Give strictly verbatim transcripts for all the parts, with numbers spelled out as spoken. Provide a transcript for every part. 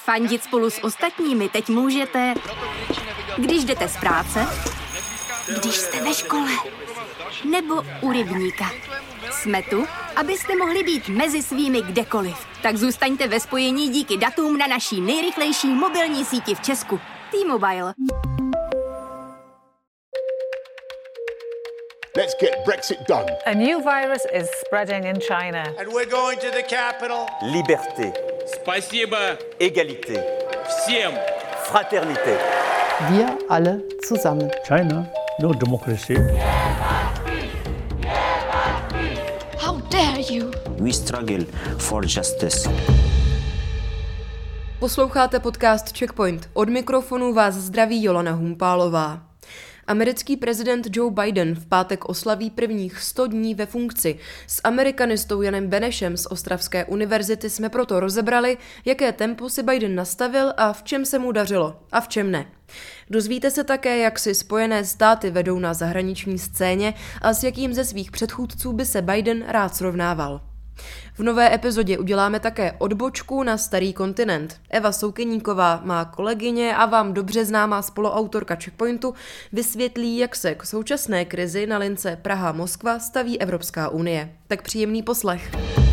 Fandit spolu s ostatními teď můžete, když jdete z práce, když jste ve škole, nebo u rybníka. Jsme tu, abyste mohli být mezi svými kdekoliv. Tak zůstaňte ve spojení díky datům na naší nejrychlejší mobilní síti v Česku. T-Mobile. Let's get Brexit done. A new virus is spreading in China. And we're going to the capital. Liberté. Спасибо. Égalité. Всем. Fraternité. Wir alle zusammen. China, no democracy. How dare you? We struggle for justice. Posloucháte podcast Checkpoint. Od mikrofonu vás zdraví Jolana Humpálová. Americký prezident Joe Biden v pátek oslaví prvních sto dní ve funkci. S amerikanistou Janem Benešem z Ostravské univerzity jsme proto rozebrali, jaké tempo si Biden nastavil a v čem se mu dařilo a v čem ne. Dozvíte se také, jak si Spojené státy vedou na zahraniční scéně a s jakým ze svých předchůdců by se Biden rád srovnával. V nové epizodě uděláme také odbočku na starý kontinent. Eva Soukeníková, má kolegyně a vám dobře známá spoluautorka Checkpointu, vysvětlí, jak se k současné krizi na lince Praha-Moskva staví Evropská unie. Tak příjemný poslech.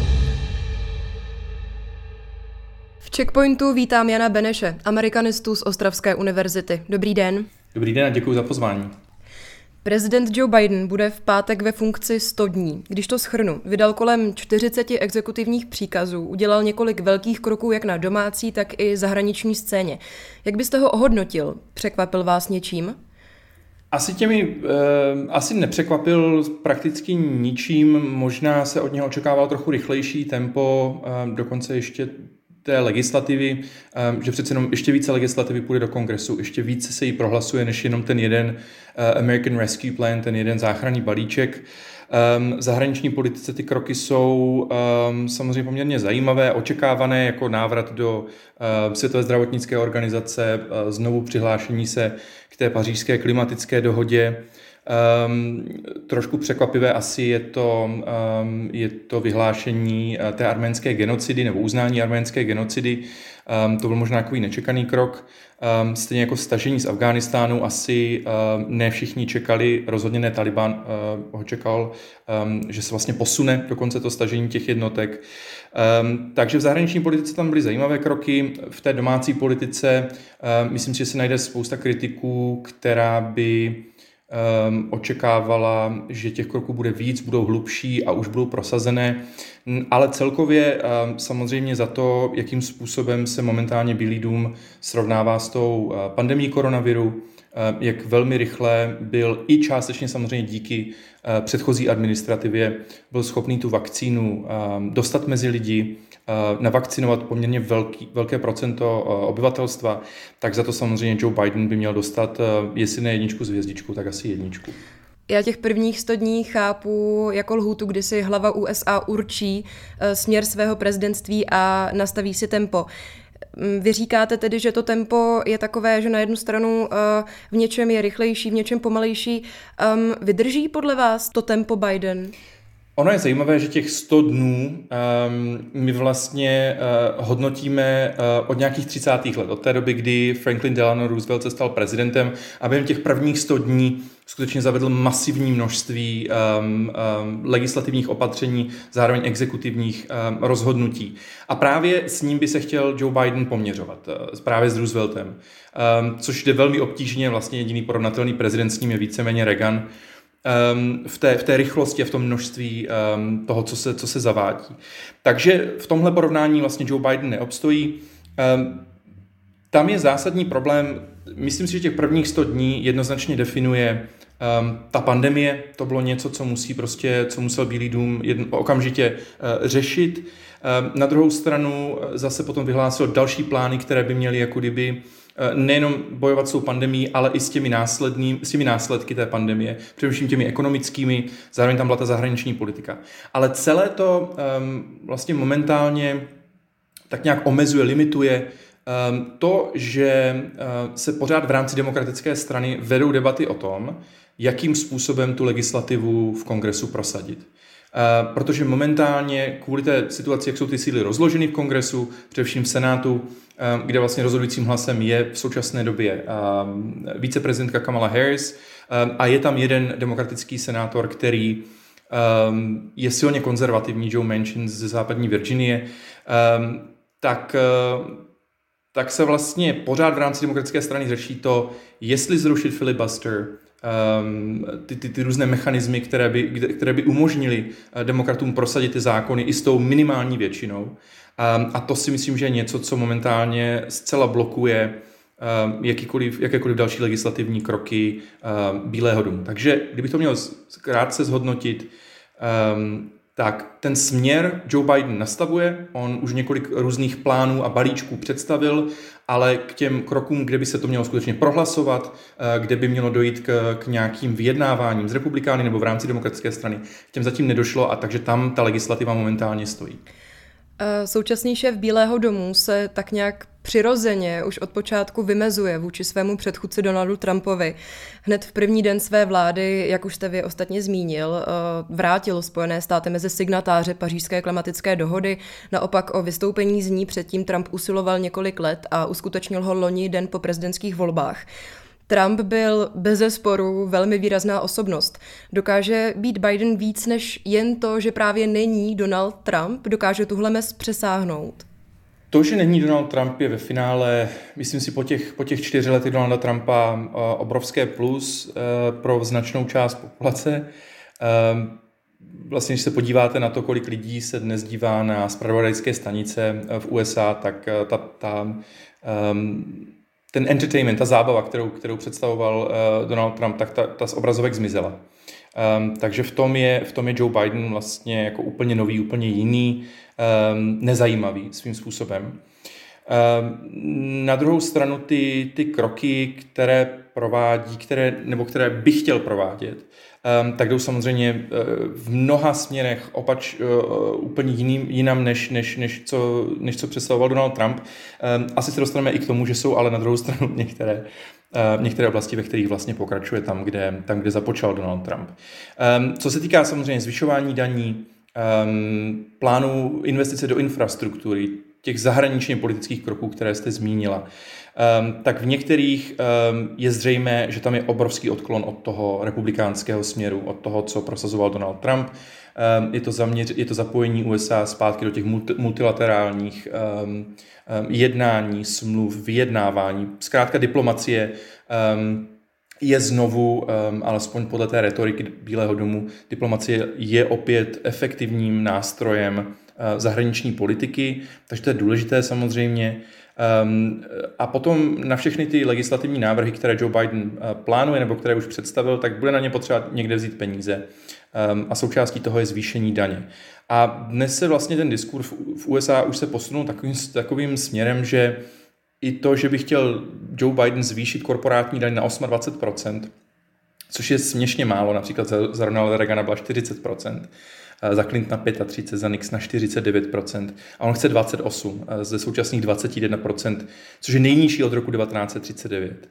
V Checkpointu vítám Jana Beneše, amerikanistu z Ostravské univerzity. Dobrý den. Dobrý den a děkuji za pozvání. Prezident Joe Biden bude v pátek ve funkci sto dní. Když to shrnu, vydal kolem čtyřicet exekutivních příkazů, udělal několik velkých kroků jak na domácí, tak i zahraniční scéně. Jak byste ho ohodnotil? Překvapil vás něčím? Asi těmi, eh, asi nepřekvapil prakticky ničím, možná se od něho očekával trochu rychlejší tempo, eh, dokonce ještě té legislativy, že přece jenom ještě více legislativy půjde do kongresu, ještě více se jí prohlasuje, než jenom ten jeden American Rescue Plan, ten jeden záchranný balíček. V zahraniční politice ty kroky jsou samozřejmě poměrně zajímavé, očekávané jako návrat do Světové zdravotnické organizace, znovu přihlášení se k té pařížské klimatické dohodě. Um, trošku překvapivé asi je to, um, je to vyhlášení uh, té arménské genocidy nebo uznání arménské genocidy. Um, to byl možná takový nečekaný krok. Um, stejně jako stažení z Afghánistánu asi uh, ne všichni čekali, rozhodně ne Taliban uh, ho čekal, um, že se vlastně posune dokonce to stažení těch jednotek. Um, takže v zahraniční politice tam byly zajímavé kroky. V té domácí politice uh, myslím si, že se najde spousta kritiků, která by Um, očekávala, že těch kroků bude víc, budou hlubší a už budou prosazené, ale celkově um, samozřejmě za to, jakým způsobem se momentálně Bílý dům srovnává s tou uh, pandemií koronaviru, uh, jak velmi rychle byl i částečně samozřejmě díky uh, předchozí administrativě byl schopný tu vakcínu um, dostat mezi lidi, navakcinovat poměrně velký, velké procento obyvatelstva, tak za to samozřejmě Joe Biden by měl dostat, jestli ne jedničku s hvězdičkou, tak asi jedničku. Já těch prvních sto dní chápu jako lhůtu, kdy si hlava U S A určí směr svého prezidentství a nastaví si tempo. Vy říkáte tedy, že to tempo je takové, že na jednu stranu v něčem je rychlejší, v něčem pomalejší. Vydrží podle vás to tempo Biden? Ono je zajímavé, že těch sto dnů um, my vlastně uh, hodnotíme uh, od nějakých třicátých let, od té doby, kdy Franklin Delano Roosevelt se stal prezidentem a během těch prvních sto dní skutečně zavedl masivní množství um, um, legislativních opatření, zároveň exekutivních um, rozhodnutí. A právě s ním by se chtěl Joe Biden poměřovat, uh, právě s Rooseveltem, um, což jde velmi obtížně, vlastně jediný porovnatelný prezident s ním je víceméně Reagan. Um, v, té, v té rychlosti a v tom množství um, toho, co se, co se zavádí. Takže v tomhle porovnání vlastně Joe Biden neobstojí. Um, tam je zásadní problém, myslím si, že těch prvních sto dní jednoznačně definuje um, ta pandemie. To bylo něco, co musí prostě, co musel Bílý dům jedno, okamžitě uh, řešit. Um, na druhou stranu zase potom vyhlásil další plány, které by měly jako kdyby nejenom bojovat s tou pandemií, ale i s těmi, následný, s těmi následky té pandemie, především těmi ekonomickými, zároveň tam byla ta zahraniční politika. Ale celé to um, vlastně momentálně tak nějak omezuje, limituje um, to, že uh, se pořád v rámci demokratické strany vedou debaty o tom, jakým způsobem tu legislativu v kongresu prosadit. protože momentálně kvůli té situaci, jak jsou ty síly rozloženy v kongresu, především v senátu, kde vlastně rozhodujícím hlasem je v současné době viceprezidentka Kamala Harris a je tam jeden demokratický senátor, který je silně konzervativní, Joe Manchin ze západní Virginie, tak, tak se vlastně pořád v rámci demokratické strany řeší to, jestli zrušit filibuster, Um, ty, ty, ty různé mechanismy, které by, které by umožnily demokratům prosadit ty zákony i s tou minimální většinou. Um, a to si myslím, že je něco, co momentálně zcela blokuje um, jakýkoliv, jakékoliv další legislativní kroky um, Bílého domu. Takže kdybych to měl krátce zhodnotit, um, tak ten směr Joe Biden nastavuje, on už několik různých plánů a balíčků představil, ale k těm krokům, kde by se to mělo skutečně prohlasovat, kde by mělo dojít k, k nějakým vyjednáváním s republikány nebo v rámci demokratické strany, k těm zatím nedošlo a takže tam ta legislativa momentálně stojí. Současný šéf Bílého domu se tak nějak přirozeně už od počátku vymezuje vůči svému předchůdci Donaldu Trumpovi. Hned v první den své vlády, jak už jste vy ostatně zmínil, vrátil Spojené státy mezi signatáře Pařížské klimatické dohody. Naopak o vystoupení z ní předtím Trump usiloval několik let a uskutečnil ho loni den po prezidentských volbách. Trump byl bezesporu velmi výrazná osobnost. Dokáže být Biden víc než jen to, že právě není Donald Trump? Dokáže tuhle mez přesáhnout? To, že není Donald Trump, je ve finále, myslím si, po těch, po těch čtyři letech Donalda Trumpa obrovské plus pro značnou část populace. Vlastně, když se podíváte na to, kolik lidí se dnes dívá na zpravodajské stanice v U S A, tak ta, ta ten entertainment, ta zábava, kterou, kterou představoval uh, Donald Trump, tak ta, ta z obrazovek zmizela. Um, takže v tom, je, v tom je Joe Biden vlastně jako úplně nový, úplně jiný, um, nezajímavý svým způsobem. Um, na druhou stranu ty, ty kroky, které provádí, které, nebo které by chtěl provádět, um, tak jdou samozřejmě uh, v mnoha směrech opač uh, úplně jiným, jinam, než, než, než, co, než co představoval Donald Trump. Um, asi se dostaneme i k tomu, že jsou ale na druhou stranu některé, uh, některé oblasti, ve kterých vlastně pokračuje tam, kde, tam, kde započal Donald Trump. Um, co se týká samozřejmě zvyšování daní, um, plánu investice do infrastruktury, těch zahraničně politických kroků, které jste zmínila, um, tak v některých um, je zřejmé, že tam je obrovský odklon od toho republikánského směru, od toho, co prosazoval Donald Trump. Um, je, to zaměř, je to zapojení U S A zpátky do těch multi, multilaterálních um, um, jednání, smluv, vyjednávání. Zkrátka diplomacie um, je znovu, um, alespoň podle té retoriky Bílého domu, diplomacie je opět efektivním nástrojem uh, zahraniční politiky, takže to je důležité samozřejmě. Um, a potom na všechny ty legislativní návrhy, které Joe Biden uh, plánuje nebo které už představil, tak bude na ně potřeba někde vzít peníze. Um, a součástí toho je zvýšení daně. A dnes se vlastně ten diskurs v U S A už se posunul takovým, takovým směrem, že i to, že by chtěl Joe Biden zvýšit korporátní daň na dvacet osm procent, což je směšně málo, například za, za Ronalda Reagana byla čtyřicet procent, za Clintona třicet pět procent, za Nixona čtyřicet devět procent a on chce dvacet osm procent ze současných dvacet jedna procent, což je nejnižší od roku devatenáct set třicet devět.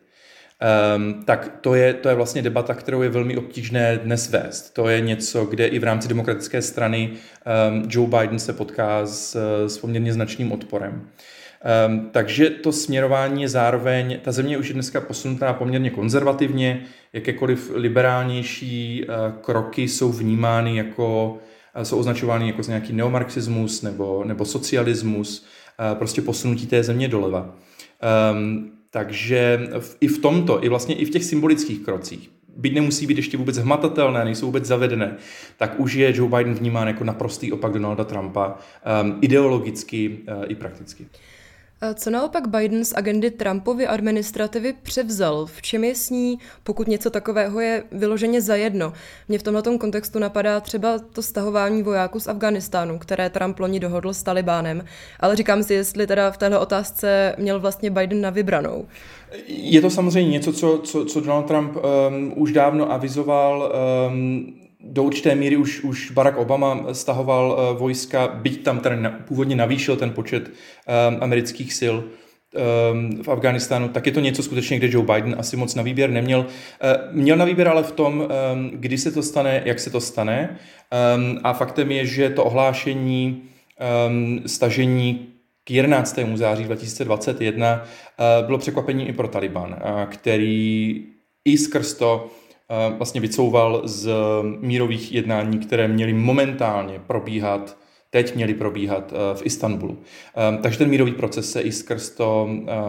Um, tak to je, to je vlastně debata, kterou je velmi obtížné dnes vést. To je něco, kde i v rámci demokratické strany um, Joe Biden se potká s, s poměrně značným odporem. Um, takže to směrování je zároveň, ta země už je dneska posunutá poměrně konzervativně, jakékoliv liberálnější uh, kroky jsou vnímány jako, uh, jsou označovány jako nějaký neomarxismus nebo, nebo socialismus, uh, prostě posunutí té země doleva. Um, takže v, i v tomto, i vlastně i v těch symbolických krocích, byť nemusí být ještě vůbec hmatatelné, nejsou vůbec zavedené, tak už je Joe Biden vnímán jako naprostý opak Donalda Trumpa, um, ideologicky uh, i prakticky. Co naopak Biden z agendy Trumpovy administrativy převzal? V čem je s ní, pokud něco takového je vyloženě zajedno? Mně v tomhletom kontextu napadá třeba to stahování vojáků z Afghánistánu, které Trump loni dohodl s Talibánem, ale říkám si, jestli teda v téhle otázce měl vlastně Biden na vybranou. Je to samozřejmě něco, co, co, co Donald Trump um, už dávno avizoval. Um, Do určité míry už, už Barack Obama stahoval uh, vojska, byť tam teda na, původně navýšil ten počet um, amerických sil, v Afghánistánu, tak je to něco skutečně, kde Joe Biden asi moc na výběr neměl. Měl na výběr ale v tom, kdy se to stane, jak se to stane. A faktem je, že to ohlášení stažení k jedenáctému září dva tisíce dvacet jedna bylo překvapením i pro Taliban, který i skrz to vlastně vycouval z mírových jednání, které měly momentálně probíhat, teď měly probíhat v Istanbulu. Takže ten mírový proces se i skrz to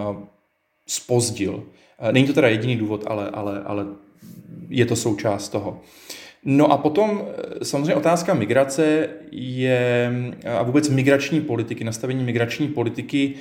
zpozdil. Není to teda jediný důvod, ale, ale, ale je to součást toho. No a potom samozřejmě otázka migrace je, a vůbec migrační politiky, nastavení migrační politiky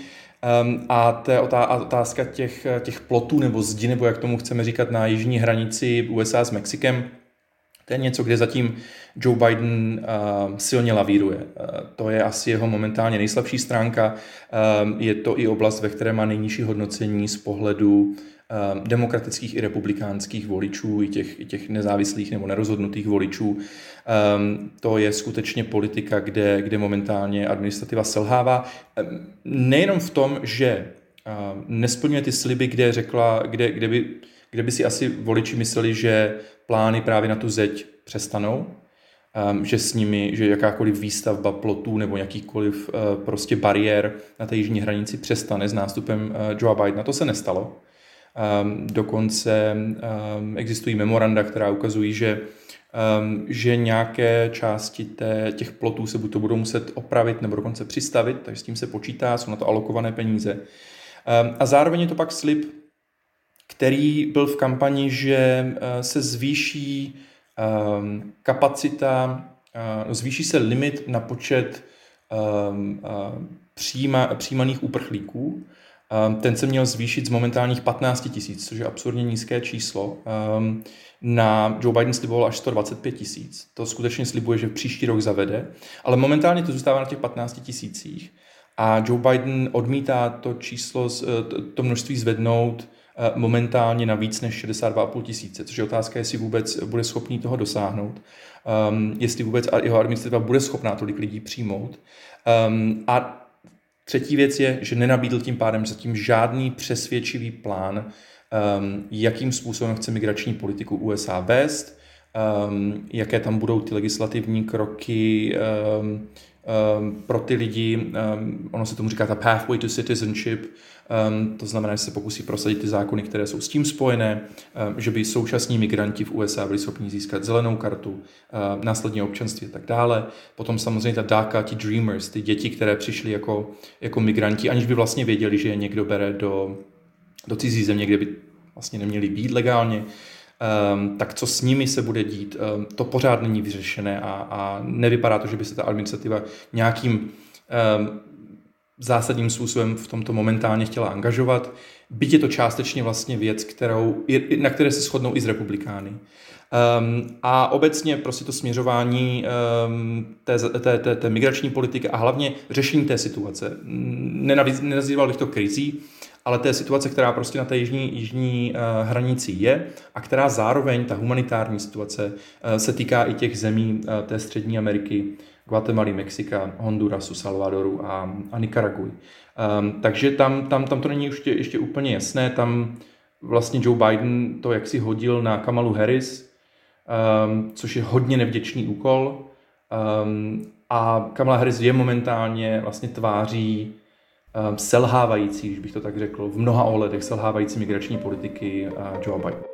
a té otázka těch, těch plotů nebo zdi, nebo jak tomu chceme říkat, na jižní hranici U S A s Mexikem. To je něco, kde zatím Joe Biden uh, silně lavíruje. Uh, to je asi jeho momentálně nejslabší stránka. Uh, je to i oblast, ve které má nejnižší hodnocení z pohledu uh, demokratických i republikánských voličů, i těch, i těch nezávislých nebo nerozhodnutých voličů. Um, to je skutečně politika, kde, kde momentálně administrativa selhává. Um, nejenom v tom, že uh, nesplňuje ty sliby, kde řekla, kde, kde by kde by si asi voliči mysleli, že plány právě na tu zeď přestanou, um, že s nimi, že jakákoliv výstavba plotů nebo jakýchkoliv uh, prostě bariér na té jižní hranici přestane s nástupem uh, Joea Bidena. To se nestalo. Um, dokonce um, existují memoranda, která ukazují, že, um, že nějaké části té, těch plotů se buď to budou muset opravit nebo dokonce přistavit, takže s tím se počítá, jsou na to alokované peníze. Um, a zároveň je to pak slib, který byl v kampani, že se zvýší um, kapacita, uh, zvýší se limit na počet um, uh, přijíma, přijímaných uprchlíků. Um, ten se měl zvýšit z momentálních patnáct tisíc, což je absurdně nízké číslo. Um, na Joe Biden sliboval až sto dvacet pět tisíc. To skutečně slibuje, že příští rok zavede, ale momentálně to zůstává na těch patnácti tisících. A Joe Biden odmítá to číslo, to množství zvednout momentálně na víc než šedesát dva a půl tisíce, což je otázka, jestli vůbec bude schopný toho dosáhnout, um, jestli vůbec jeho administrativa bude schopná tolik lidí přijmout. Um, a třetí věc je, že nenabídl tím pádem zatím žádný přesvědčivý plán, um, jakým způsobem chce migrační politiku U S A vést, um, jaké tam budou ty legislativní kroky um, um, pro ty lidi, um, ono se tomu říká ta pathway to citizenship. Um, to znamená, že se pokusí prosadit ty zákony, které jsou s tím spojené, um, že by současní migranti v U S A byli schopni získat zelenou kartu, um, následně občanství a tak dále. Potom samozřejmě ta DACA, ti dreamers, ty děti, které přišly jako, jako migranti, aniž by vlastně věděli, že je někdo bere do, do cizí země, kde by vlastně neměli být legálně. Um, tak co s nimi se bude dít, um, to pořád není vyřešené a, a nevypadá to, že by se ta administrativa nějakým um, zásadním způsobem v tomto momentálně chtěla angažovat. Byť je to částečně vlastně věc, kterou, na které se shodnou i z republikány. Um, a obecně prostě to směřování um, té, té, té, té migrační politiky a hlavně řešení té situace. Nenazýval bych to krizí, ale té situace, která prostě na té jižní, jižní uh, hranici je a která zároveň, ta humanitární situace, uh, se týká i těch zemí uh, té střední Ameriky, Guatemaly, Mexika, Hondurasu, Salvadoru a, a Nikaraguy. Um, takže tam, tam, tam to není ještě, ještě úplně jasné. Tam vlastně Joe Biden to jaksi hodil na Kamalu Harris, um, což je hodně nevděčný úkol. Um, a Kamala Harris je momentálně vlastně tváří um, selhávající, když bych to tak řekl, v mnoha ohledech selhávající migrační politiky uh, Joe Biden.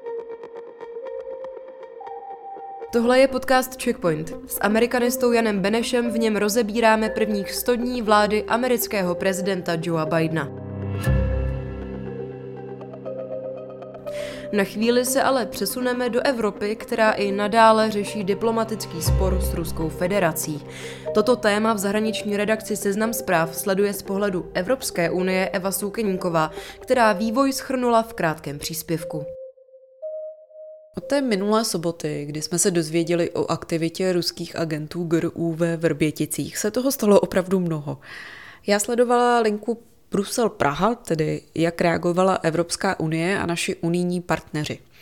Tohle je podcast Checkpoint. S amerikanistou Janem Benešem v něm rozebíráme prvních sto dní vlády amerického prezidenta Joea Bidena. Na chvíli se ale přesuneme do Evropy, která i nadále řeší diplomatický spor s Ruskou federací. Toto téma v zahraniční redakci Seznam zpráv sleduje z pohledu Evropské unie Eva Soukeníková, která vývoj shrnula v krátkém příspěvku. Od té minulé soboty, kdy jsme se dozvěděli o aktivitě ruských agentů G R U ve Vrběticích, se toho stalo opravdu mnoho. Já sledovala linku Brusel Praha, tedy jak reagovala Evropská unie a naši unijní partneři.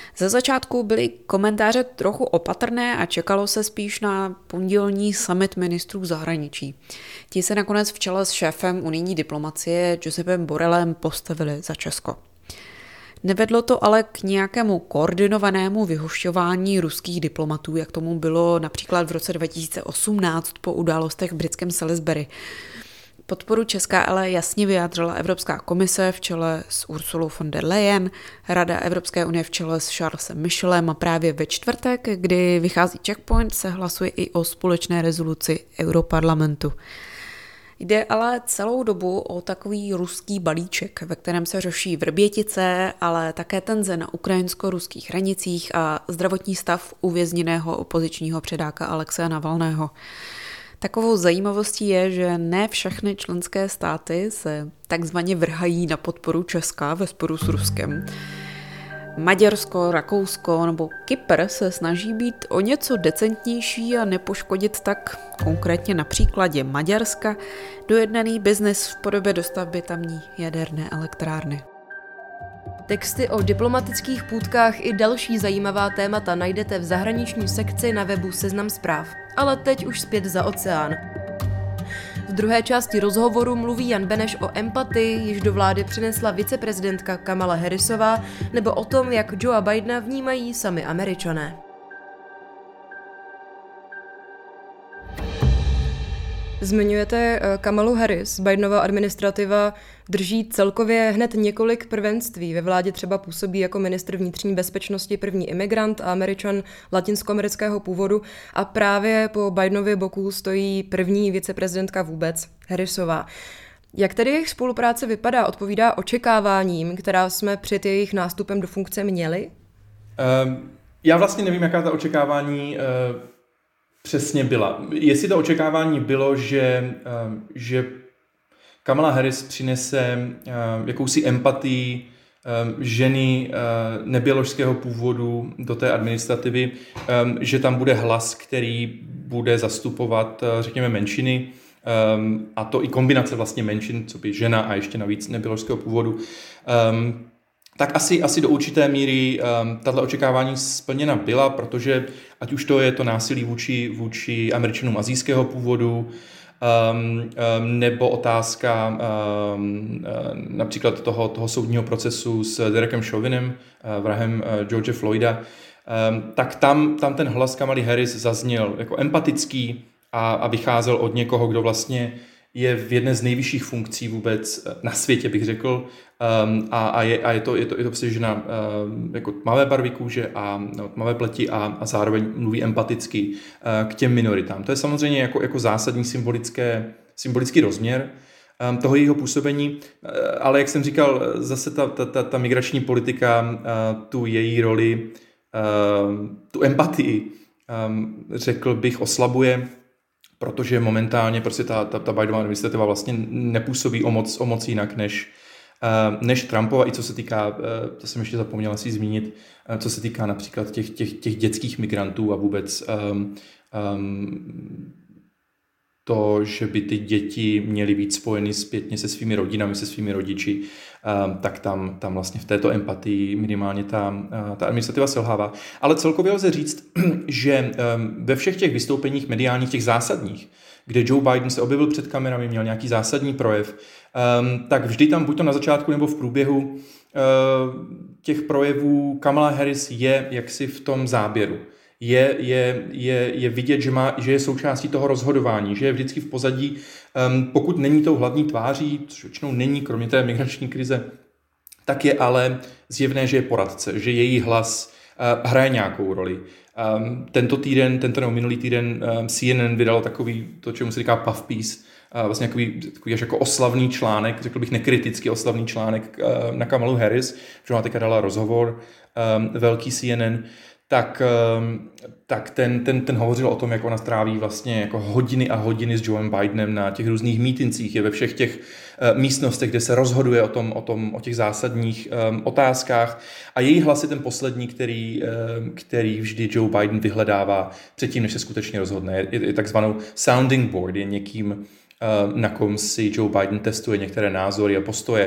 Ze začátku byly komentáře trochu opatrné a čekalo se spíš na pondělní summit ministrů zahraničí. Ti se nakonec v čele s šéfem unijní diplomacie Josepem Borrellem postavili za Česko. Nevedlo to ale k nějakému koordinovanému vyhošťování ruských diplomatů, jak tomu bylo například v roce dva tisíce osmnáct po událostech v britském Salisbury. Podporu Česka ale jasně vyjádřila Evropská komise v čele s Ursulou von der Leyen, Rada Evropské unie v čele s Charlesem Michelem a právě ve čtvrtek, kdy vychází Checkpoint, se hlasuje i o společné rezoluci Europarlamentu. Jde ale celou dobu o takový ruský balíček, ve kterém se řeší Vrbětice, ale také tenze na ukrajinsko-ruských hranicích a zdravotní stav uvězněného opozičního předáka Alexeje Navalného. Takovou zajímavostí je, že ne všechny členské státy se takzvaně vrhají na podporu Česka ve sporu s Ruskem. Maďarsko, Rakousko nebo Kypr se snaží být o něco decentnější a nepoškodit tak, konkrétně na příkladě Maďarska, dojednaný biznes v podobě dostavby tamní jaderné elektrárny. Texty o diplomatických půtkách i další zajímavá témata najdete v zahraniční sekci na webu Seznam zpráv. Ale teď už zpět za oceán. V druhé části rozhovoru mluví Jan Beneš o empatii, již do vlády přinesla viceprezidentka Kamala Harrisová, nebo o tom, jak Joea Bidena vnímají sami Američané. Zmiňujete Kamalu Harris. Bidenova administrativa drží celkově hned několik prvenství. Ve vládě třeba působí jako ministr vnitřní bezpečnosti první imigrant a Američan latinskoamerického původu a právě po Bidenově boku stojí první viceprezidentka vůbec, Harrisová. Jak tedy jejich spolupráce vypadá? Odpovídá očekáváním, která jsme před jejich nástupem do funkce měli? Um, já vlastně nevím, jaká ta očekávání uh... přesně byla. Jestli to očekávání bylo, že, že Kamala Harris přinese jakousi empatii ženy neběložského původu do té administrativy, že tam bude hlas, který bude zastupovat, řekněme, menšiny, a to i kombinace vlastně menšin, co by žena a ještě navíc neběložského původu, tak asi, asi do určité míry um, tato očekávání splněna byla, protože ať už to je to násilí vůči, vůči Američanům asijského původu, um, um, nebo otázka um, uh, například toho, toho soudního procesu s Derekem Chauvinem, uh, vrahem uh, George Floyda, um, tak tam, tam ten hlas Kamaly Harris zazněl jako empatický a, a vycházel od někoho, kdo vlastně je v jedné z nejvyšších funkcí vůbec na světě, bych řekl, um, a, a, je, a je to, je to, je to prostě žena um, jako tmavé barvy kůže a no, tmavé pleti a, a zároveň mluví empaticky uh, k těm minoritám. To je samozřejmě jako, jako zásadní symbolické, symbolický rozměr um, toho jejího působení, uh, ale jak jsem říkal, zase ta, ta, ta, ta migrační politika uh, tu její roli, uh, tu empatii, um, řekl bych, oslabuje, protože momentálně prostě ta, ta, ta Bidenova administrativa vlastně nepůsobí o moc, o moc jinak než, uh, než Trumpova, i co se týká, uh, to jsem ještě zapomněl si zmínit, uh, co se týká například těch, těch, těch dětských migrantů a vůbec um, um, to, že by ty děti měly být spojeny zpětně se svými rodinami, se svými rodiči, um, tak tam, tam vlastně v této empatii minimálně ta, uh, ta administrativa selhává. Ale celkově lze říct, že um, ve všech těch vystoupeních mediálních, těch zásadních, kde Joe Biden se objevil před kamerami, měl nějaký zásadní projev, um, tak vždy tam buď to na začátku nebo v průběhu uh, těch projevů Kamala Harris je jaksi v tom záběru. Je, je, je, je vidět, že, má, že je součástí toho rozhodování, že je vždycky v pozadí, um, pokud není tou hlavní tváří, což většinou není, kromě té migrační krize, tak je ale zjevné, že je poradce, že její hlas uh, hraje nějakou roli. Um, tento týden, tento nebo minulý týden um, C N N vydalo takový, to, čemu se říká puff piece, uh, vlastně takový, takový až jako oslavný článek, řekl bych nekriticky oslavný článek uh, na Kamalu Harris, protože ona teďka dala rozhovor, um, velký C N N, tak, tak ten, ten, ten hovořil o tom, jak ona stráví vlastně jako hodiny a hodiny s Joeem Bidenem na těch různých mítincích, je ve všech těch uh, místnostech, kde se rozhoduje o, tom, o, tom, o těch zásadních um, otázkách a její hlas je ten poslední, který, um, který vždy Joe Biden vyhledává předtím, než se skutečně rozhodne. Je, je, je takzvanou sounding board, je někým, uh, na kom si Joe Biden testuje některé názory a postoje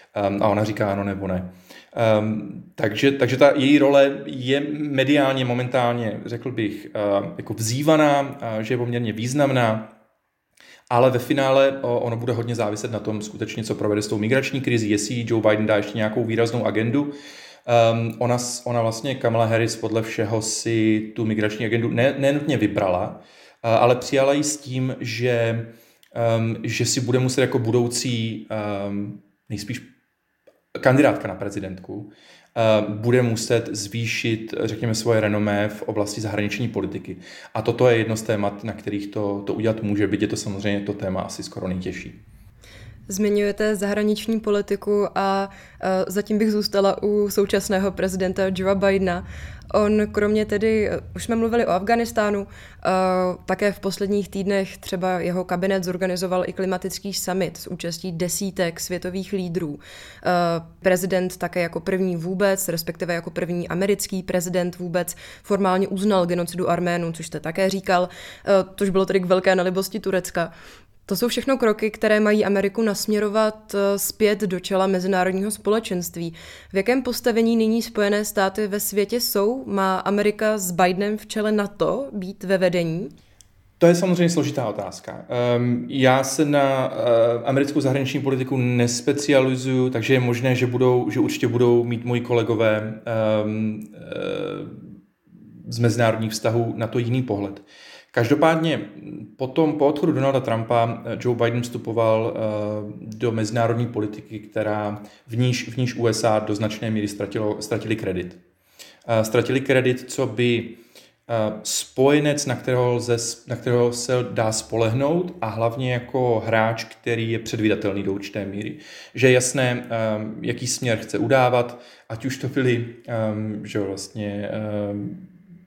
Um, a ona říká ano nebo ne. Um, takže, takže ta její role je mediálně momentálně, řekl bych, uh, jako vzývaná, uh, že je poměrně významná, ale ve finále uh, ono bude hodně záviset na tom skutečně, co provede s tou migrační krizí, jestli Joe Biden dá ještě nějakou výraznou agendu. Um, ona, ona vlastně, Kamala Harris, podle všeho si tu migrační agendu ne, nenutně vybrala, uh, ale přijala ji s tím, že, um, že si bude muset jako budoucí um, nejspíš kandidátka na prezidentku uh, bude muset zvýšit, řekněme, svoje renomé v oblasti zahraniční politiky. A toto je jedno z témat, na kterých to, to udělat může, byť je to samozřejmě to téma asi skoro nejtěžší. Zmiňujete zahraniční politiku a uh, zatím bych zůstala u současného prezidenta Joea Bidena. On kromě tedy, už jsme mluvili o Afghánistánu, uh, také v posledních týdnech třeba jeho kabinet zorganizoval i klimatický summit s účastí desítek světových lídrů. Uh, prezident také jako první vůbec, respektive jako první americký prezident vůbec formálně uznal genocidu Arménů, což jste také říkal, uh, což bylo tedy k velké nelibosti Turecka. To jsou všechno kroky, které mají Ameriku nasměrovat zpět do čela mezinárodního společenství. V jakém postavení nyní Spojené státy ve světě jsou? Má Amerika s Bidenem v čele NATO být ve vedení? To je samozřejmě složitá otázka. Um, já se na uh, americkou zahraniční politiku nespecializuju, takže je možné, že, budou, že určitě budou mít moji kolegové um, uh, z mezinárodních vztahů na to jiný pohled. Každopádně potom po odchodu Donalda Trumpa Joe Biden vstupoval uh, do mezinárodní politiky, která v níž, v níž U S A do značné míry ztratilo, ztratili kredit. Uh, ztratili kredit, co by uh, spojenec, na kterého, lze, na kterého se dá spolehnout a hlavně jako hráč, který je předvídatelný do určité míry. Že je jasné, um, jaký směr chce udávat, ať už to byly um, že vlastně um,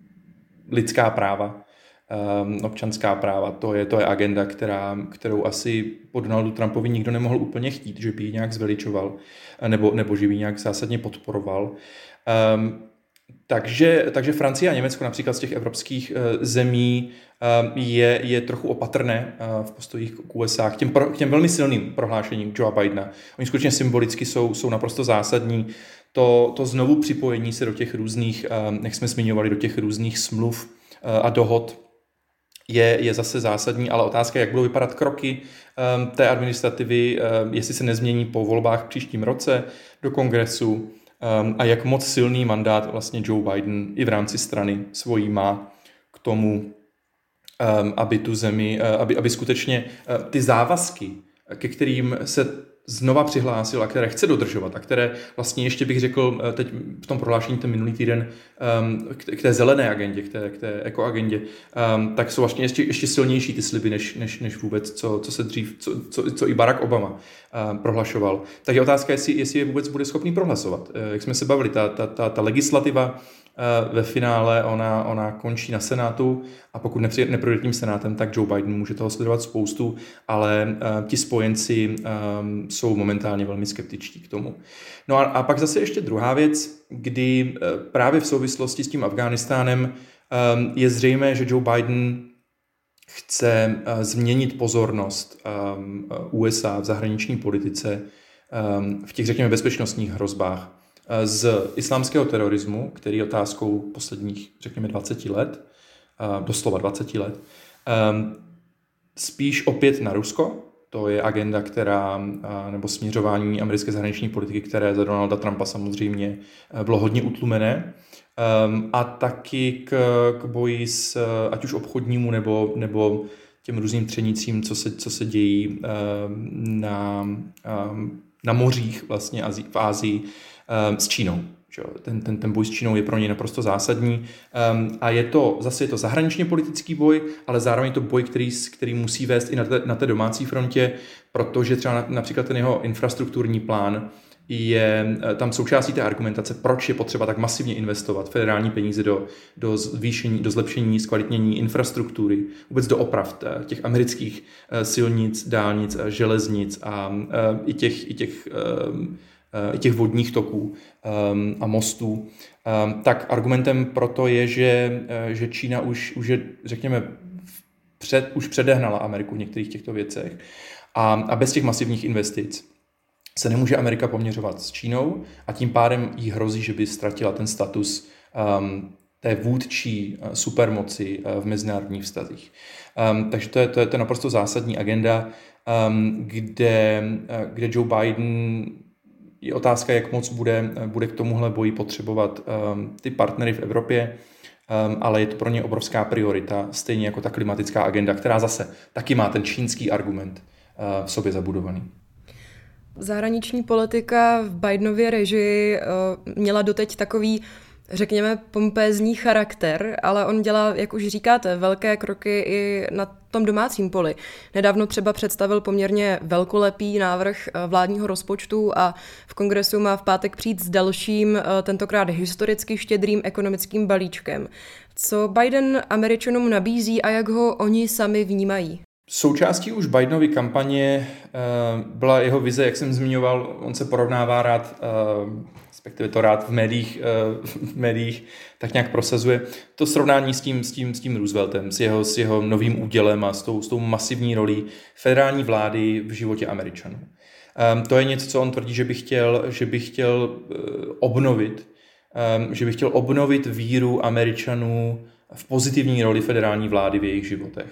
lidská práva, Um, občanská práva, to je, to je agenda, která, kterou asi po Donaldu Trumpovi nikdo nemohl úplně chtít, že by ji nějak zveličoval nebo, nebo že by ji nějak zásadně podporoval. Um, takže, takže Francie a Německo například z těch evropských uh, zemí um, je, je trochu opatrné uh, v postojích k U S A, k těm, pro, k těm velmi silným prohlášením Joea Bidena. Oni skutečně symbolicky jsou, jsou naprosto zásadní. To, to znovu připojení se do těch různých, um, jak jsme zmiňovali, do těch různých smluv uh, a dohod, Je, je zase zásadní, ale otázka je, jak budou vypadat kroky um, té administrativy, um, jestli se nezmění po volbách v příštím roce do kongresu um, a jak moc silný mandát vlastně Joe Biden i v rámci strany svojí má k tomu, um, aby tu zemi, uh, aby, aby skutečně uh, ty závazky, ke kterým se znova přihlásil a které chce dodržovat a které vlastně ještě bych řekl teď v tom prohlášení ten minulý týden um, k té zelené agendě, k té, k té ekoagendě, um, tak jsou vlastně ještě, ještě silnější ty sliby, než, než, než vůbec, co, co se dřív, co, co, co i Barack Obama um, prohlašoval. Tak je otázka, jestli, jestli je vůbec bude schopný prohlasovat. Uh, jak jsme se bavili, ta, ta, ta, ta legislativa ve finále ona, ona končí na Senátu a pokud neprojde tím Senátem, tak Joe Biden může toho sledovat spoustu, ale uh, ti spojenci um, jsou momentálně velmi skeptičtí k tomu. No a, a pak zase ještě druhá věc, kdy uh, právě v souvislosti s tím Afghánistánem um, je zřejmé, že Joe Biden chce uh, změnit pozornost um, U S A v zahraniční politice um, v těch, řekněme, bezpečnostních hrozbách z islámského terorismu, který je otázkou posledních, řekněme, dvacet let, doslova dvacet let, spíš opět na Rusko. To je agenda, která, nebo směřování americké zahraniční politiky, které za Donalda Trumpa samozřejmě bylo hodně utlumené. A taky k, k boji s ať už obchodnímu nebo, nebo těm různým třenicím, co se, co se dějí na, na mořích vlastně v Asii, s Čínou. Ten, ten, ten boj s Čínou je pro něj naprosto zásadní um, a je to zase je to zahraničně politický boj, ale zároveň je to boj, který, který musí vést i na té, na té domácí frontě, protože třeba na, například ten jeho infrastrukturní plán je tam součástí té argumentace, proč je potřeba tak masivně investovat federální peníze do, do zvýšení, do zlepšení, zkvalitnění infrastruktury, vůbec do oprav těch amerických silnic, dálnic, železnic a i těch, i těch i těch vodních toků um, a mostů, um, tak argumentem proto je, že, že Čína už, už je, řekněme, před, už předehnala Ameriku v některých těchto věcech a, a bez těch masivních investic se nemůže Amerika poměřovat s Čínou a tím pádem jí hrozí, že by ztratila ten status um, té vůdčí uh, supermoci uh, v mezinárodních vztazích. Um, takže to je, to je to naprosto zásadní agenda, um, kde, uh, kde Joe Biden, je otázka, jak moc bude, bude k tomuhle boji potřebovat um, ty partnery v Evropě, um, ale je to pro ně obrovská priorita, stejně jako ta klimatická agenda, která zase taky má ten čínský argument uh, v sobě zabudovaný. Zahraniční politika v Bidenově režii uh, měla doteď takový, řekněme, pompézní charakter, ale on dělá, jak už říkáte, velké kroky i na tom domácím poli. Nedávno třeba představil poměrně velkolepý návrh vládního rozpočtu a v kongresu má v pátek přijít s dalším, tentokrát historicky štědrým ekonomickým balíčkem. Co Biden Američanům nabízí a jak ho oni sami vnímají? Součástí už Bidenovy kampaně byla jeho vize, jak jsem zmiňoval, on se porovnává rád, respektive to rád v médiích, v médiích tak nějak prosazuje, to srovnání s tím, s tím, s tím Rooseveltem, s jeho, s jeho novým údělem a s tou, s tou masivní rolí federální vlády v životě Američanů. To je něco, co on tvrdí, že by chtěl, že by chtěl obnovit, že by chtěl obnovit víru Američanů v pozitivní roli federální vlády v jejich životech.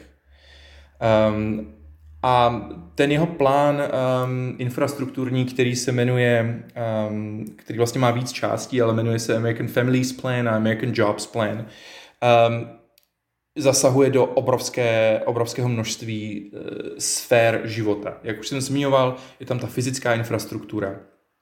Um, a ten jeho plán um, infrastrukturní, který se jmenuje, um, který vlastně má víc částí, ale jmenuje se American Families Plan a American Jobs Plan, um, zasahuje do obrovské, obrovského množství uh, sfér života. Jak už jsem zmiňoval, je tam ta fyzická infrastruktura.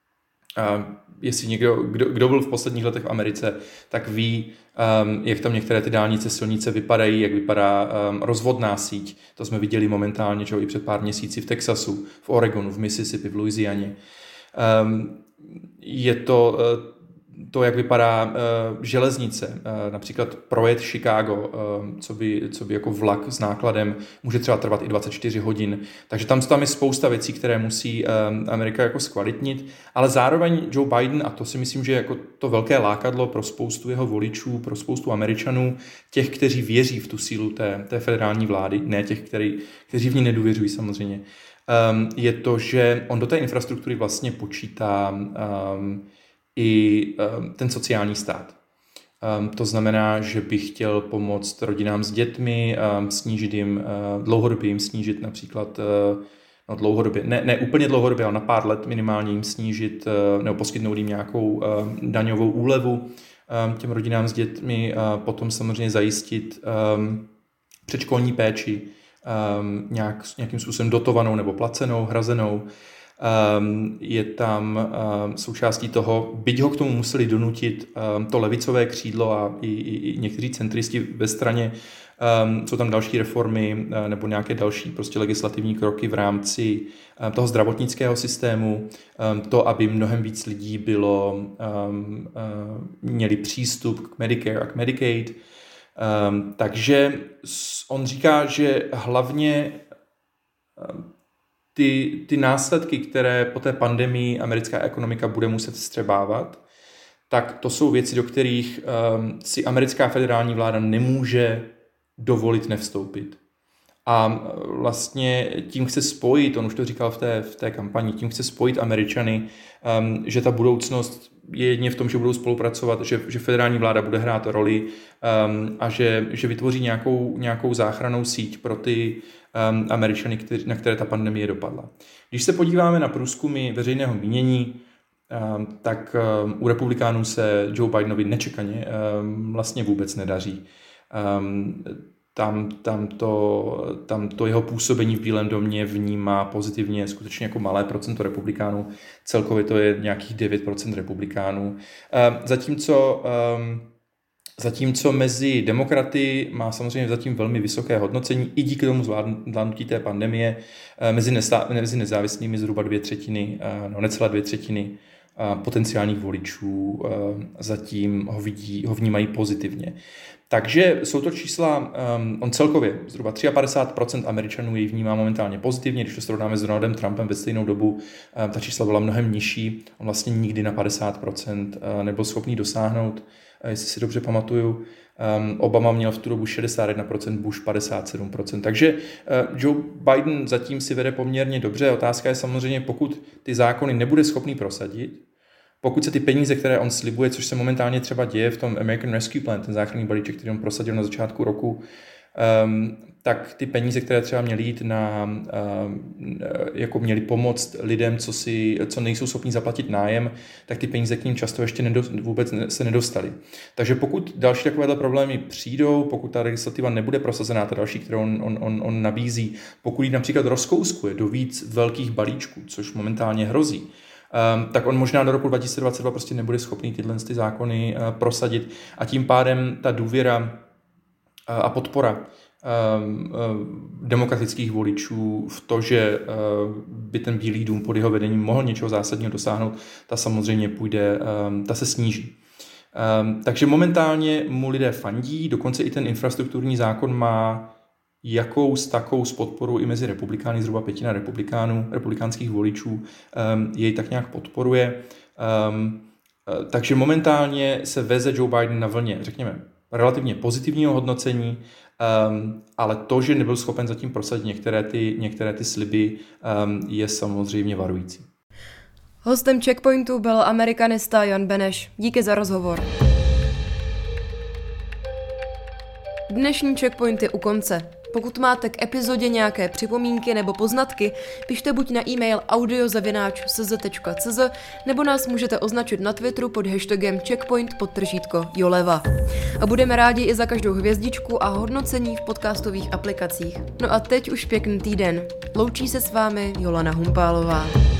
Uh, jestli někdo, kdo, kdo byl v posledních letech v Americe, tak ví, um, jak tam některé ty dálnice, silnice vypadají, jak vypadá um, rozvodná síť. To jsme viděli momentálně, čo i před pár měsíci v Texasu, v Oregonu, v Mississippi, v Louisianě. Um, je to uh, to, jak vypadá uh, železnice, uh, například projet Chicago, uh, co by, co by jako vlak s nákladem může třeba trvat i dvacet čtyři hodin. Takže tam, tam je spousta věcí, které musí uh, Amerika jako zkvalitnit, ale zároveň Joe Biden, a to si myslím, že je jako to velké lákadlo pro spoustu jeho voličů, pro spoustu Američanů, těch, kteří věří v tu sílu té, té federální vlády, ne těch, který, kteří v ní nedůvěřují samozřejmě, um, je to, že on do té infrastruktury vlastně počítá um, i um, ten sociální stát. Um, to znamená, že bych chtěl pomoct rodinám s dětmi, um, snížit jim, uh, dlouhodobě jim snížit například, uh, no dlouhodobě, ne, ne úplně dlouhodobě, ale na pár let minimálně jim snížit, uh, nebo poskytnout jim nějakou uh, daňovou úlevu um, těm rodinám s dětmi, uh, potom samozřejmě zajistit um, předškolní péči um, nějak, nějakým způsobem dotovanou nebo placenou, hrazenou. Um, je tam um, součástí toho, byť ho k tomu museli donutit um, to levicové křídlo a i, i, i někteří centristi ve straně, um, jsou tam další reformy uh, nebo nějaké další prostě legislativní kroky v rámci um, toho zdravotnického systému, um, to, aby mnohem víc lidí bylo, um, uh, měli přístup k Medicare a k Medicaid. Um, takže on říká, že hlavně um, Ty, ty následky, které po té pandemii americká ekonomika bude muset vstřebávat, tak to jsou věci, do kterých um, si americká federální vláda nemůže dovolit nevstoupit. A vlastně tím chce spojit, on už to říkal v té, v té kampani, tím chce spojit Američany, um, že ta budoucnost je jedině v tom, že budou spolupracovat, že, že federální vláda bude hrát roli um, a že, že vytvoří nějakou, nějakou záchrannou síť pro ty um, Američany, který, na které ta pandemie dopadla. Když se podíváme na průzkumy veřejného mínění, um, tak um, u republikánů se Joe Bidenovi nečekaně um, vlastně vůbec nedaří. Um, Tam, tam, to, tam to jeho působení v Bílém domě vnímá pozitivně skutečně jako malé procento republikánů. Celkově to je nějakých devět procent republikánů. Zatímco, zatímco mezi demokraty má samozřejmě zatím velmi vysoké hodnocení, i díky tomu zvládnutí té pandemie, mezi, nestá, mezi nezávislými zhruba dvě třetiny, no necelé dvě třetiny potenciálních voličů zatím ho, vidí, ho vnímají pozitivně. Takže jsou to čísla, um, on celkově zhruba padesát tři procent Američanů jej vnímá momentálně pozitivně, když to srovnáme s Donaldem Trumpem ve stejnou dobu, um, ta čísla byla mnohem nižší, on vlastně nikdy na padesát procent uh, nebyl schopný dosáhnout. jestli si dobře pamatuju. Um, Obama měl v tu dobu šedesát jedna procent, Bush padesát sedm procent. Takže uh, Joe Biden zatím si vede poměrně dobře. Otázka je samozřejmě, pokud ty zákony nebude schopný prosadit, pokud se ty peníze, které on slibuje, což se momentálně třeba děje v tom American Rescue Plan, ten záchranný balíček, který on prosadil na začátku roku, um, tak ty peníze, které třeba měly jít na, um, jako měly pomoct lidem, co, si, co nejsou schopni zaplatit nájem, tak ty peníze k ním často ještě nedo, vůbec se nedostaly. Takže pokud další takovéhle problémy přijdou, pokud ta legislativa nebude prosazená, ta další, kterou on, on, on, on nabízí, pokud ji například rozkouskuje do víc velkých balíčků, což momentálně hrozí, Um, tak on možná do roku dva tisíce dvacet dva prostě nebude schopný tyhle ty zákony uh, prosadit a tím pádem ta důvěra uh, a podpora um, uh, demokratických voličů v to, že uh, by ten Bílý dům pod jeho vedením mohl něčeho zásadního dosáhnout, ta samozřejmě půjde, um, ta se sníží. Um, takže momentálně mu lidé fandí, dokonce i ten infrastrukturní zákon má jakou s takou s podporu i mezi republikány, zhruba pětina republikánů, republikánských voličů um, jej tak nějak podporuje. Um, takže momentálně se veze Joe Biden na vlně, řekněme, relativně pozitivního hodnocení, um, ale to, že nebyl schopen zatím prosadit některé ty, některé ty sliby, um, je samozřejmě varující. Hostem Checkpointu byl amerikanista Jan Beneš. Díky za rozhovor. Dnešní Checkpoint je u konce. Pokud máte k epizodě nějaké připomínky nebo poznatky, pište buď na e-mail audio zavináč c z tečka c z nebo nás můžete označit na Twitteru pod hashtagem checkpoint podtržítko Joleva. A budeme rádi i za každou hvězdičku a hodnocení v podcastových aplikacích. No a teď už pěkný týden. Loučí se s vámi Jolana Humpálová.